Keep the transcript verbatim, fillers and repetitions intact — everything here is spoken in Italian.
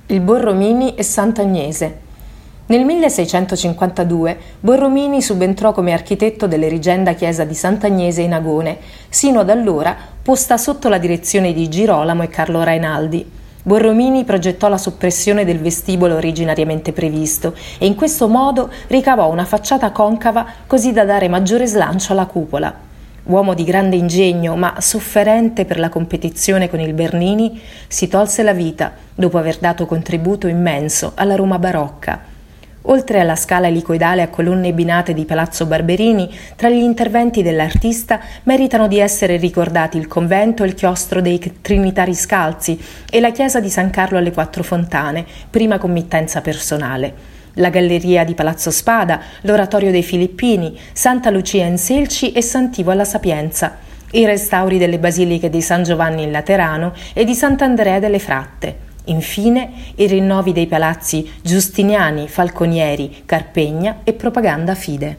Il Borromini e Sant'Agnese. Nel milleseicentocinquantadue Borromini subentrò come architetto dell'erigenda chiesa di Sant'Agnese in Agone, sino ad allora posta sotto la direzione di Girolamo e Carlo Rainaldi. Borromini progettò la soppressione del vestibolo originariamente previsto e in questo modo ricavò una facciata concava così da dare maggiore slancio alla cupola. Uomo di grande ingegno, ma sofferente per la competizione con il Bernini, si tolse la vita dopo aver dato contributo immenso alla Roma barocca. Oltre alla scala elicoidale a colonne binate di Palazzo Barberini, tra gli interventi dell'artista meritano di essere ricordati il convento e il chiostro dei Trinitari Scalzi e la chiesa di San Carlo alle Quattro Fontane, prima committenza personale. La galleria di Palazzo Spada, l'oratorio dei Filippini, Santa Lucia in Selci e Sant'Ivo alla Sapienza, i restauri delle basiliche di San Giovanni in Laterano e di Sant'Andrea delle Fratte. Infine, i rinnovi dei palazzi Giustiniani, Falconieri, Carpegna e Propaganda Fide.